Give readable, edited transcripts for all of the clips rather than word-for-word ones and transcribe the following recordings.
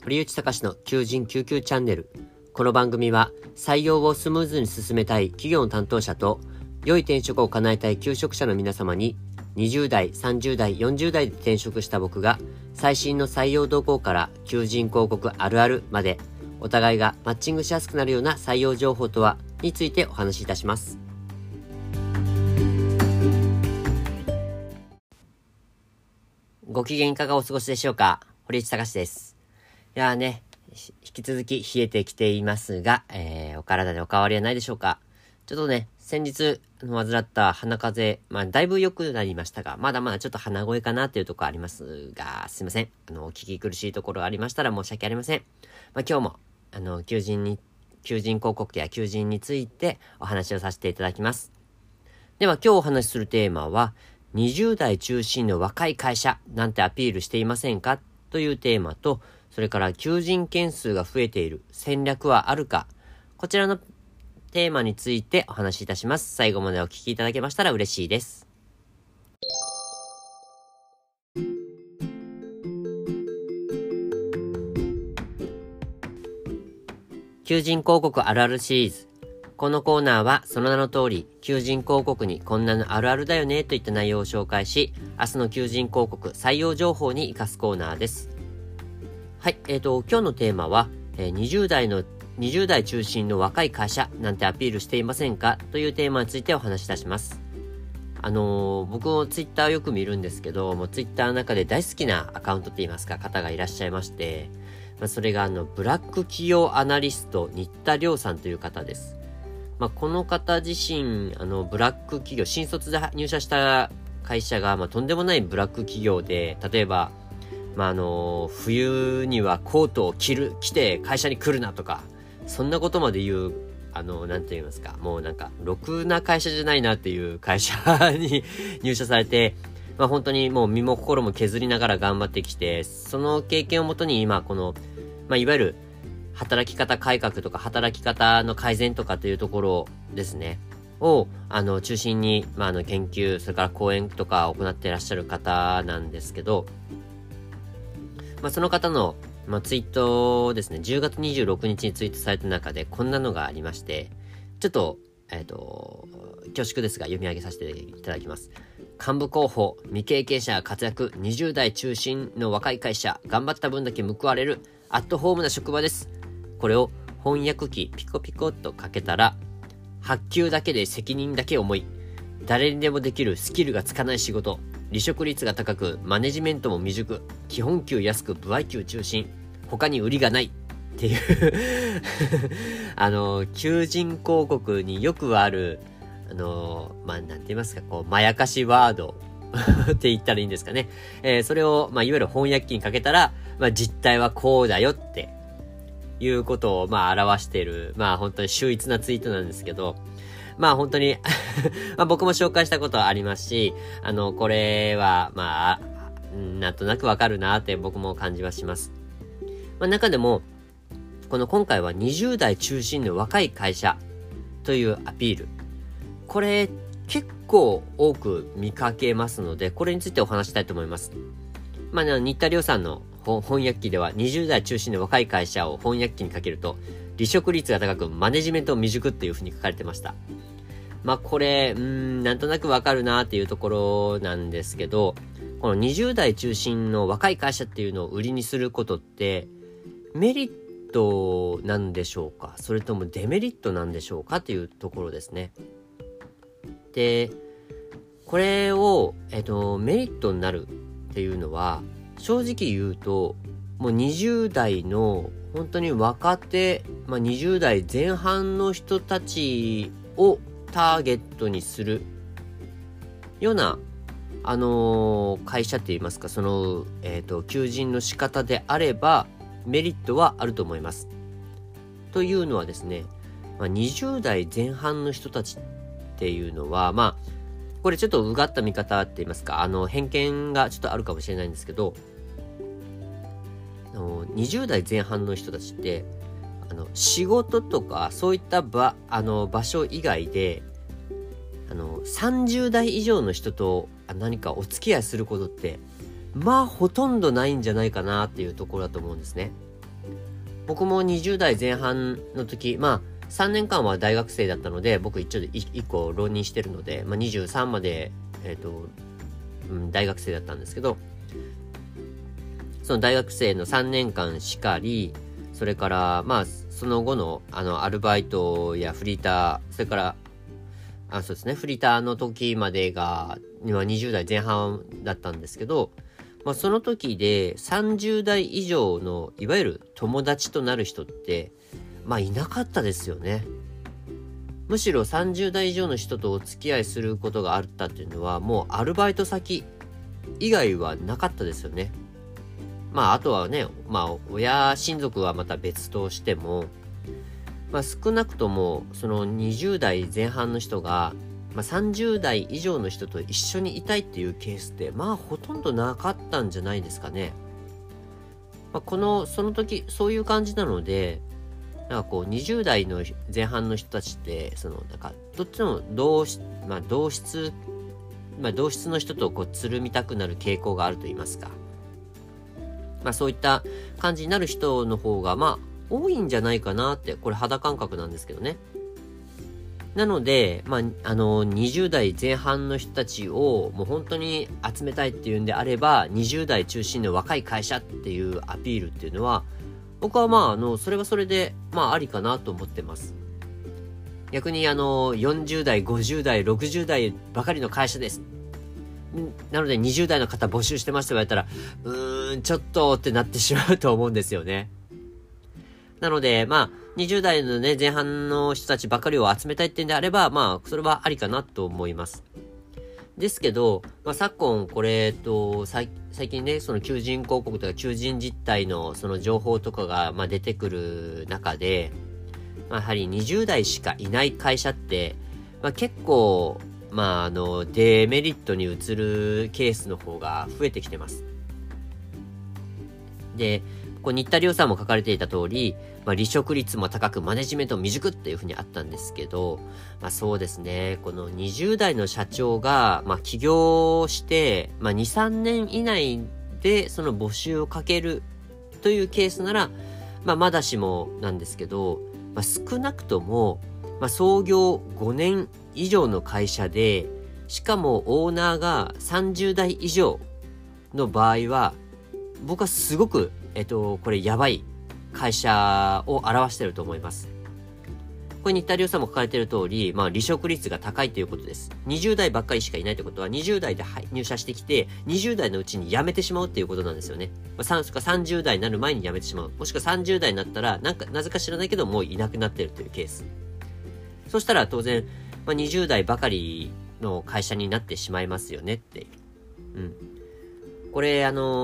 堀内隆の求人救急チャンネル。この番組は採用をスムーズに進めたい企業の担当者と良い転職を叶えたい求職者の皆様に20代、30代、40代で転職した僕が最新の採用動向から求人広告あるあるまでお互いがマッチングしやすくなるような採用情報とはについてお話しいたします。ご機嫌いかがお過ごしでしょうか。堀内隆です。いやーね、引き続き冷えてきていますが、お体でお変わりはないでしょうか。ちょっとね、先日患った鼻風邪、だいぶ良くなりましたが、まだまだちょっと鼻声かなというところありますが、すいません。お聞き苦しいところありましたら申し訳ありません。今日も求人広告や求人についてお話をさせていただきます。では今日お話しするテーマは、20代中心の若い会社なんてアピールしていませんかというテーマと、それから求人件数が増えている戦略はあるか、こちらのテーマについてお話しいたします。最後までお聞きいただけましたら嬉しいです。求人広告あるあるシリーズ。このコーナーはその名の通り、求人広告にこんなのあるあるだよねといった内容を紹介し、明日の求人広告採用情報に活かすコーナーです。はい、今日のテーマは、20代中心の若い会社なんてアピールしていませんかというテーマについてお話しいたします。僕もツイッターよく見るんですけど、もうツイッターの中で大好きなアカウントって言いますか、方がいらっしゃいまして、それがブラック企業アナリスト新田亮さんという方です。この方自身、ブラック企業、新卒で入社した会社が、とんでもないブラック企業で、例えば、冬にはコートを着て会社に来るなとか、そんなことまで言う、なんて言いますか、もうなんか、ろくな会社じゃないなっていう会社に入社されて、本当にもう身も心も削りながら頑張ってきて、その経験をもとに今、この、いわゆる、働き方改革とか働き方の改善とかというところですねを中心に研究、それから講演とか行っていらっしゃる方なんですけど、その方のツイートですね、10月26日にツイートされた中でこんなのがありまして、ちょっと恐縮ですが読み上げさせていただきます。幹部候補、未経験者活躍、20代中心の若い会社、頑張った分だけ報われるアットホームな職場です。これを翻訳機ピコピコっとかけたら、発給だけで責任だけ重い、誰にでもできるスキルがつかない仕事、離職率が高くマネジメントも未熟、基本給安く歩合給中心、他に売りがないっていう求人広告によくあるなんて言いますか、まやかしワードって言ったらいいんですかね。それをいわゆる翻訳機にかけたら、実態はこうだよっていうことを表している本当に秀逸なツイートなんですけど、本当に僕も紹介したことはありますし、これはなんとなくわかるなって僕も感じはします。中でも今回は20代中心の若い会社というアピール、これ結構多く見かけますので、これについてお話したいと思います。新田亮さんの翻訳機では20代中心の若い会社を翻訳機にかけると離職率が高くマネジメント未熟っていう風に書かれてました。これなんとなくわかるなっていうところなんですけど、この20代中心の若い会社っていうのを売りにすることってメリットなんでしょうか、それともデメリットなんでしょうかっていうところですね。で、これをメリットになるっていうのは、正直言うともう20代の本当に若手、20代前半の人たちをターゲットにするような会社って言いますか、その求人の仕方であればメリットはあると思います。というのはですね、20代前半の人たちっていうのはこれちょっとうがった見方って言いますか、偏見がちょっとあるかもしれないんですけど、20代前半の人たちって仕事とかそういった場所以外で30代以上の人と何かお付き合いすることってほとんどないんじゃないかなっていうところだと思うんですね。 僕も20代前半の時、3年間は大学生だったので、僕一応1個浪人してるので、23まで、大学生だったんですけど、その大学生の3年間しかり、それから、その後の、アルバイトやフリーター、それから、そうですね、フリーターの時までが、20代前半だったんですけど、その時で30代以上の、いわゆる友達となる人って、いなかったですよね。むしろ30代以上の人とお付き合いすることがあったっていうのは、もうアルバイト先以外はなかったですよね。あとはね、親族はまた別としても、少なくとも、その20代前半の人が、30代以上の人と一緒にいたいっていうケースって、ほとんどなかったんじゃないですかね。その時、そういう感じなので、20代の前半の人たちって、どっちも同質の人とつるみたくなる傾向があると言いますか。そういった感じになる人の方が、多いんじゃないかなって、これ肌感覚なんですけどね。なので、20代前半の人たちをもう本当に集めたいっていうんであれば、20代中心の若い会社っていうアピールっていうのは、僕はそれはそれで、ありかなと思ってます。逆に40代、50代、60代ばかりの会社です。なので20代の方募集してますと言われたら、ちょっとってなってしまうと思うんですよね。なので、20代のね、前半の人たちばかりを集めたいってんであれば、それはありかなと思います。ですけど、昨今これ最近ね、その求人広告とか求人実態のその情報とかが出てくる中で、やはり20代しかいない会社って、結構、デメリットに移るケースの方が増えてきてます。で、新田亮さんも書かれていた通り、離職率も高くマネジメントも未熟っていうふうにあったんですけど、そうですね、この20代の社長が、起業して、2、3年以内でその募集をかけるというケースなら、まだしもなんですけど、少なくとも、創業5年以上の会社で、しかもオーナーが30代以上の場合は、僕はすごく、これやばい会社を表していると思います。これ新田亮さんも書かれている通り、離職率が高いということです。20代ばっかりしかいないということは、20代で入社してきて、20代のうちに辞めてしまうっていうことなんですよね。30代になる前に辞めてしまう。もしくは30代になったら、なぜか知らないけど、もういなくなっているというケース。そしたら当然、20代ばかりの会社になってしまいますよねっていう。これ、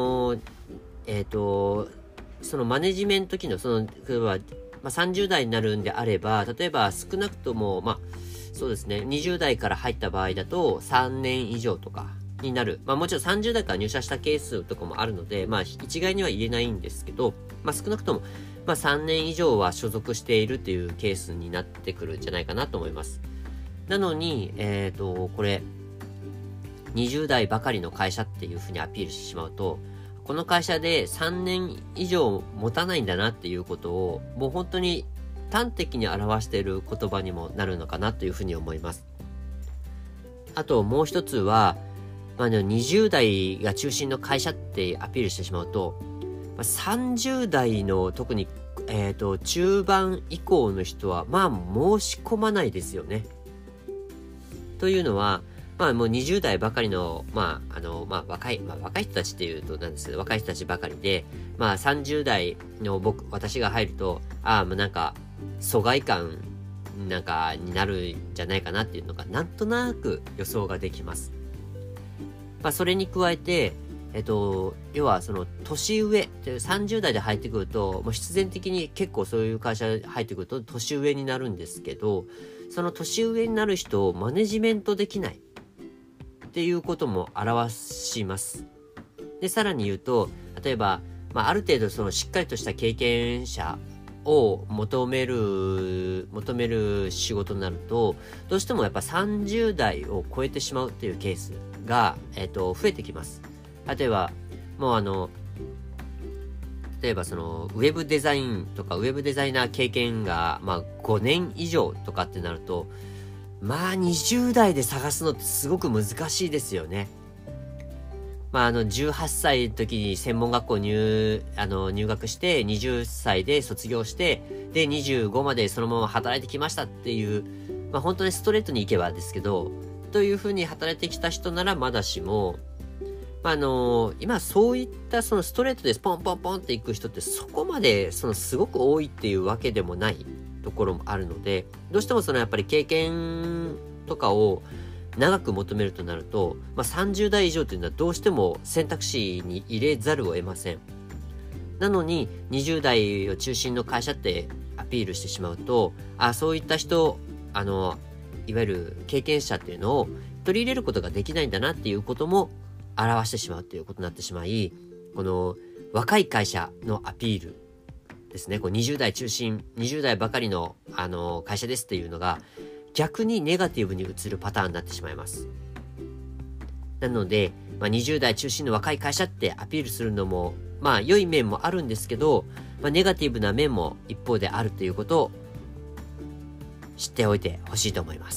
そのマネジメント機能、例えば、30代になるんであれば、例えば少なくとも、そうですね、20代から入った場合だと3年以上とかになる。もちろん30代から入社したケースとかもあるので、一概には言えないんですけど、少なくとも、3年以上は所属しているっていうケースになってくるんじゃないかなと思います。なのに、これ、20代ばかりの会社っていうふうにアピールしてしまうと、この会社で3年以上持たないんだなっていうことを、もう本当に端的に表している言葉にもなるのかなというふうに思います。あともう一つは、20代が中心の会社ってアピールしてしまうと、30代の特に、中盤以降の人は、申し込まないですよね。というのは、もう20代ばかりの、若い人たちっていうとなんですけど、若い人たちばかりで、30代の私が入ると、疎外感、になるんじゃないかなっていうのが、なんとなく予想ができます。それに加えて、要はその年上、30代で入ってくると、もう必然的に結構そういう会社入ってくると年上になるんですけど、その年上になる人をマネジメントできない。っていうことも表します。で、さらに言うと、例えば、ある程度そのしっかりとした経験者を求める仕事になると、どうしてもやっぱ30代を超えてしまうっていうケースが、増えてきます。例えば、もう例例えばそのウェブデザインとかウェブデザイナー経験が5年以上とかってなると、20代で探すのってすごく難しいですよね。18歳の時に専門学校入学して、20歳で卒業して、で、25までそのまま働いてきましたっていう、本当にストレートに行けばですけど、というふうに働いてきた人ならまだしも、今そういったそのストレートでポンポンポンっていく人ってそこまでそのすごく多いっていうわけでもないところもあるので、どうしてもそのやっぱり経験とかを長く求めるとなると、30代以上というのはどうしても選択肢に入れざるを得ません。なのに20代を中心の会社ってアピールしてしまうと、そういった人、いわゆる経験者っていうのを取り入れることができないんだなっていうことも表してしまうということになってしまい、この若い会社のアピールですね、こう20代中心、20代ばかりの、会社ですっていうのが逆にネガティブに映るパターンになってしまいます。なので、20代中心の若い会社ってアピールするのも良い面もあるんですけど、ネガティブな面も一方であるということを知っておいてほしいと思います。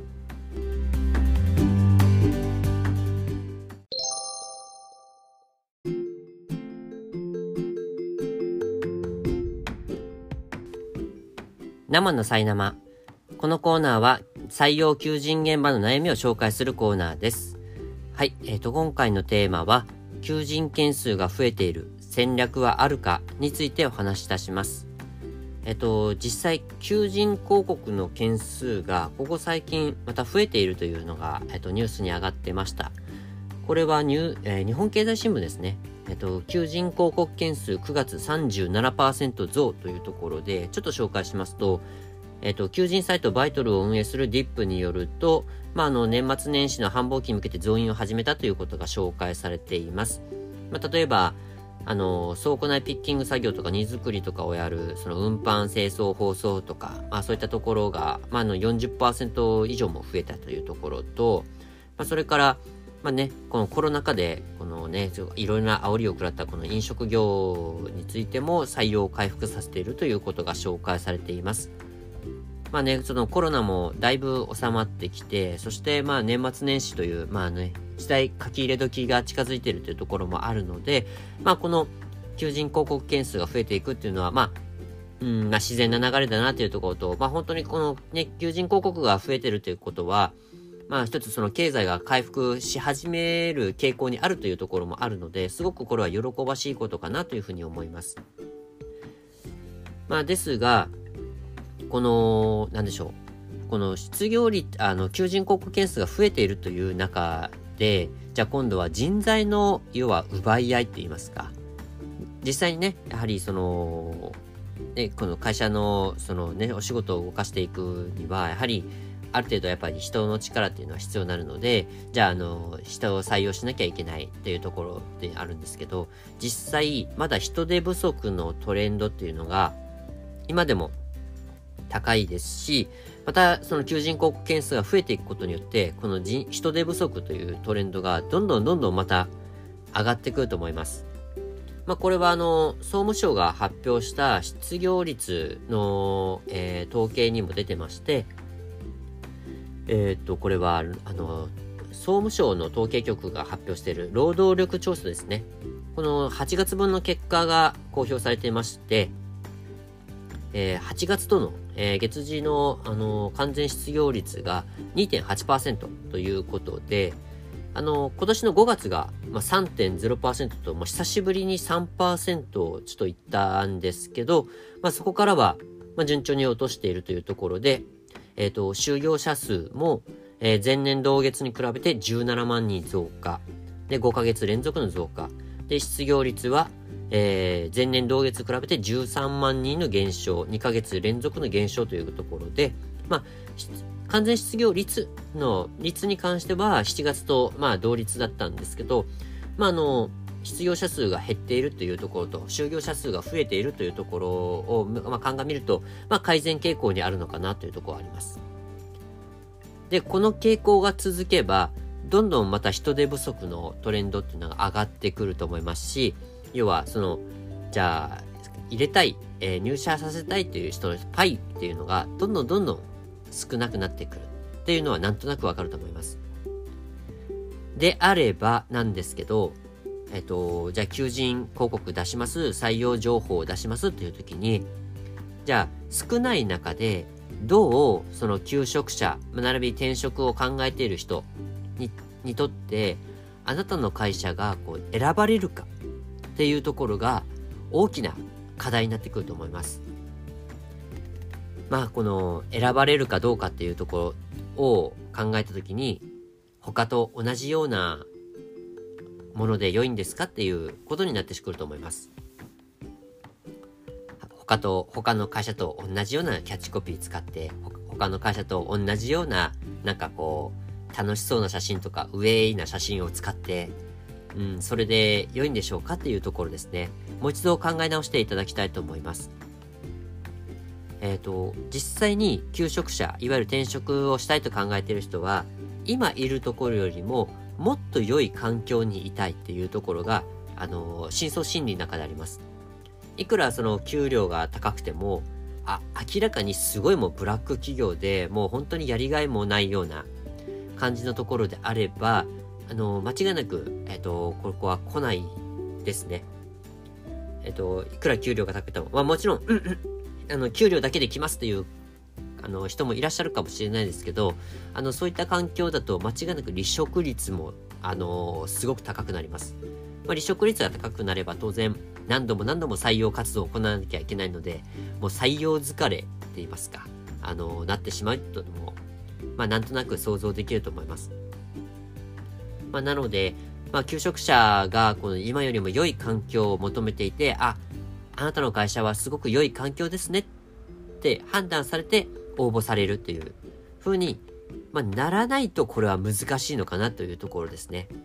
生のさいなま。このコーナーは採用求人現場の悩みを紹介するコーナーです。はい、今回のテーマは求人件数が増えている戦略はあるかについてお話しいたします。実際求人広告の件数がここ最近また増えているというのが、ニュースに上がってました。これは日本経済新聞ですね。求人広告件数9月 37% 増というところでちょっと紹介しますと、求人サイトバイトルを運営するディップによると、年末年始の繁忙期に向けて増員を始めたということが紹介されています。例えば倉庫内ピッキング作業とか荷造りとかをやるその運搬清掃包装とか、そういったところが、40% 以上も増えたというところと、それからこのコロナ禍でいろいろな煽りを食らったこの飲食業についても採用を回復させているということが紹介されています。そのコロナもだいぶ収まってきて、そして年末年始という時代書き入れ時が近づいているというところもあるので、この求人広告件数が増えていくっていうのは自然な流れだなというところと、本当にこの求人広告が増えているということは一つその経済が回復し始める傾向にあるというところもあるので、すごくこれは喜ばしいことかなというふうに思います。ですが、この失業率、求人広告件数が増えているという中で、じゃあ今度は人材の、要は奪い合いって言いますか。実際にやはりこの会社のお仕事を動かしていくには、やはりある程度やっぱり人の力っていうのは必要になるので、じゃあ人を採用しなきゃいけないっていうところであるんですけど、実際まだ人手不足のトレンドっていうのが今でも高いですし、またその求人広告件数が増えていくことによって、この人手不足というトレンドがどんどんまた上がってくると思います。これは総務省が発表した失業率の、統計にも出てまして、これは総務省の統計局が発表している労働力調査ですね。この8月分の結果が公表されていまして、8月との、月次の、完全失業率が 2.8% ということで、今年の5月が、3.0% と、久しぶりに 3% をちょっといったんですけど、そこからは、順調に落としているというところで、就業者数も、前年同月に比べて17万人増加。で、5ヶ月連続の増加。で、失業率は、前年同月比べて13万人の減少、2ヶ月連続の減少というところで、完全失業率に関しては7月と同率だったんですけど、失業者数が減っているというところと就業者数が増えているというところを、鑑みると、改善傾向にあるのかなというところがあります。で、この傾向が続けば、どんどんまた人手不足のトレンドっていうのが上がってくると思いますし、要はじゃあ、入れたい、入社させたいという人のパイっていうのが、どんどん少なくなってくるっていうのはなんとなくわかると思います。であればなんですけど、じゃあ求人広告出します、採用情報を出しますっていう時に、じゃあ少ない中でどうその求職者、並び転職を考えている人にとってあなたの会社がこう選ばれるかっていうところが大きな課題になってくると思います。この選ばれるかどうかっていうところを考えたときに、他と同じようなもので良いんですかっていうことになってくると思います。他の会社と同じようなキャッチコピー使って、他の会社と同じような楽しそうな写真とかウェイな写真を使って、それで良いんでしょうかっていうところですね。もう一度考え直していただきたいと思います。実際に求職者、いわゆる転職をしたいと考えている人は、今いるところよりももっと良い環境にいたいっていうところが、深層心理の中であります。いくらその給料が高くても、明らかにすごいもうブラック企業で、もう本当にやりがいもないような感じのところであれば、間違いなく、ここは来ないですね。いくら給料が高くても、もちろん、給料だけで来ますっていう人もいらっしゃるかもしれないですけど、そういった環境だと間違いなく離職率もすごく高くなります。離職率が高くなれば当然何度も採用活動を行わなきゃいけないので、もう採用疲れって言いますか、なってしまうというのもなんとなく想像できると思います。なので、求職者がこの今よりも良い環境を求めていて、あなたの会社はすごく良い環境ですねって判断されて応募されるっていう風に、ならないとこれは難しいのかなというところですね。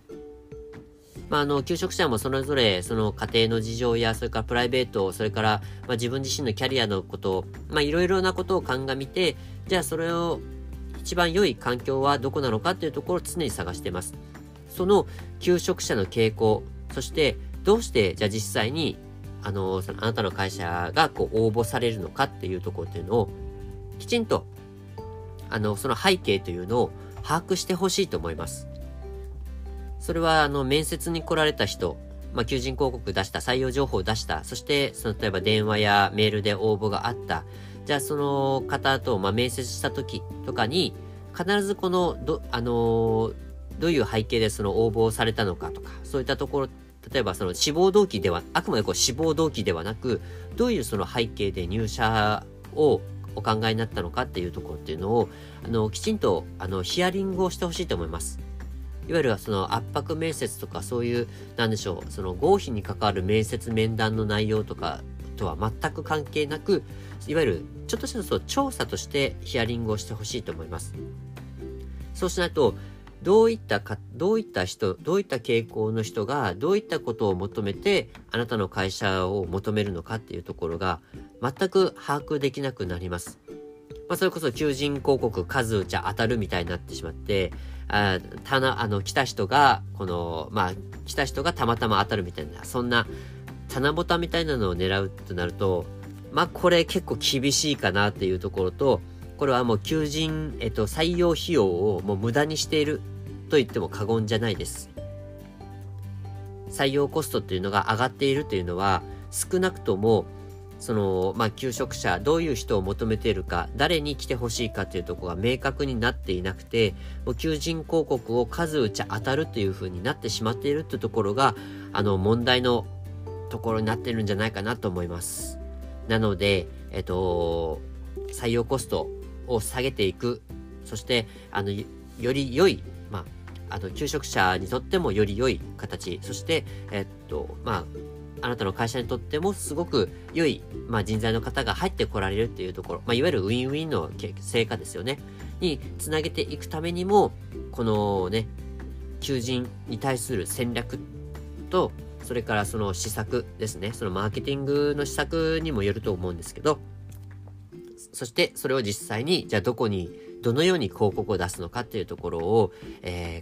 求職者もそれぞれその家庭の事情や、それからプライベート、それから、自分自身のキャリアのことを、いろいろなことを鑑みて、じゃあそれを一番良い環境はどこなのかっていうところを常に探しています。その求職者の傾向、そしてどうしてじゃあ実際にそのあなたの会社が応募されるのかっていうところっていうのをきちんとその背景というのを把握してほしいと思います。それは面接に来られた人、求人広告出した、採用情報を出した、そして例えば電話やメールで応募があった。じゃあその方と面接した時とかに必ずこのどういう背景でその応募をされたのかとか、そういったところ、例えばその志望動機では、あくまで志望動機ではなく、どういうその背景で入社をお考えになったのかっていうところっていうのをきちんとヒアリングをしてほしいと思います。いわゆるその圧迫面接とか、そういうその合否に関わる面接面談の内容とかとは全く関係なく、いわゆるちょっとした調査としてヒアリングをしてほしいと思います。そうしないと、どういった人、どういった傾向の人がどういったことを求めてあなたの会社を求めるのかっていうところが全く把握できなくなります。それこそ求人広告数打ちゃ当たるみたいになってしまって、来た人がたまたま当たるみたいな、そんな棚ぼたみたいなのを狙うとなると、これ結構厳しいかなっていうところと、これはもう求人、採用費用をもう無駄にしていると言っても過言じゃないです。採用コストっていうのが上がっているというのは、少なくとも求職者、どういう人を求めているか、誰に来てほしいかというところが明確になっていなくて、もう求人広告を数打ち当たるという風になってしまっているというところが、問題のところになっているんじゃないかなと思います。なので、採用コストを下げていく、そして、より良い、求職者にとってもより良い形、そして、あなたの会社にとってもすごく良い、人材の方が入ってこられるっていうところ、いわゆるウィンウィンの成果ですよね。につなげていくためにも、このね、求人に対する戦略と、それからその施策ですね。そのマーケティングの施策にもよると思うんですけど、そしてそれを実際に、じゃあどこに、どのように広告を出すのかっていうところを、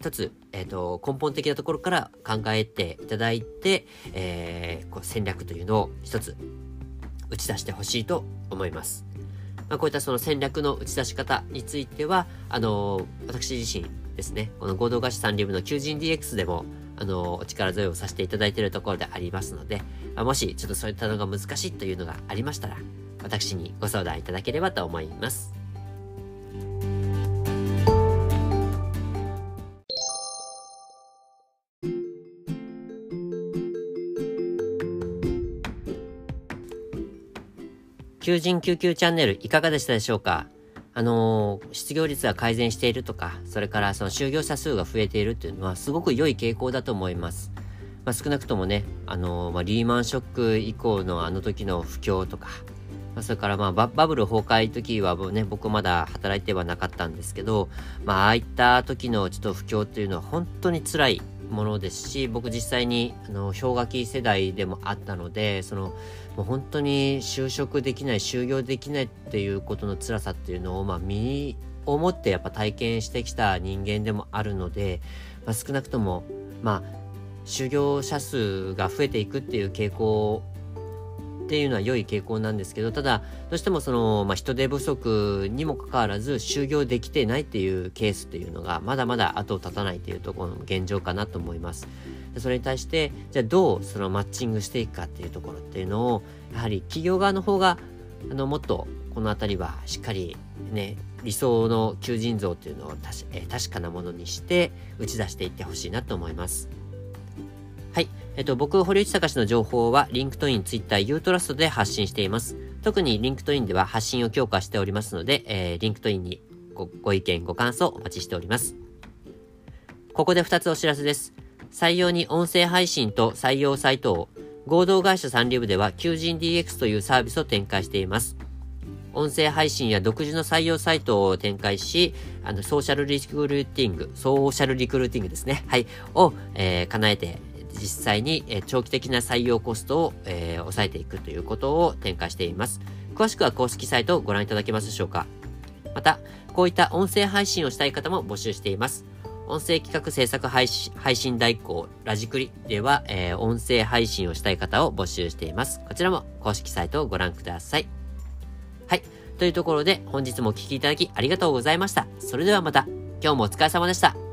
一つ、根本的なところから考えていただいて、戦略というのを一つ打ち出してほしいと思います。こういったその戦略の打ち出し方については、私自身ですね、この合同会社サンリブの求人 DX でも、お力添えをさせていただいているところでありますので、もしちょっとそういったのが難しいというのがありましたら、私にご相談いただければと思います。求人救急チャンネルいかがでしたでしょうか？失業率が改善しているとか、それからその就業者数が増えているっていうのはすごく良い傾向だと思います。少なくともね、リーマンショック以降の時の不況とか、それからバブル崩壊時はね、僕まだ働いてはなかったんですけど、ああいった時のちょっと不況っていうのは本当に辛いものですし、僕実際に氷河期世代でもあったので、もう本当に就職できない、就業できないっていうことの辛さっていうのを身をもってやっぱ体験してきた人間でもあるので、少なくとも就業者数が増えていくっていう傾向っていうのは良い傾向なんですけど、ただどうしても人手不足にもかかわらず就業できてないっていうケースっていうのがまだまだ後を絶たないっていうところの現状かなと思います。それに対してじゃあどうマッチングしていくかっていうところっていうのを、やはり企業側の方がもっとこのあたりはしっかりね、理想の求人像っていうのを確かなものにして打ち出していってほしいなと思います。はい。僕、堀内隆の情報は、リンクトイン、ツイッター、ユートラストで発信しています。特にリンクトインでは発信を強化しておりますので、リンクトインにご意見、ご感想お待ちしております。ここで2つお知らせです。採用に音声配信と採用サイトを、合同会社サンリブでは求人 DX というサービスを展開しています。音声配信や独自の採用サイトを展開し、ソーシャルリクルーティングですね。はい。を、叶えて、実際に長期的な採用コストを抑えていくということを展開しています。詳しくは公式サイトをご覧いただけますでしょうか。また、こういった音声配信をしたい方も募集しています。音声企画制作配信代行ラジクリでは、音声配信をしたい方を募集しています。こちらも公式サイトをご覧ください。はい。というところで本日もお聞きいただきありがとうございました。それではまた。今日もお疲れ様でした。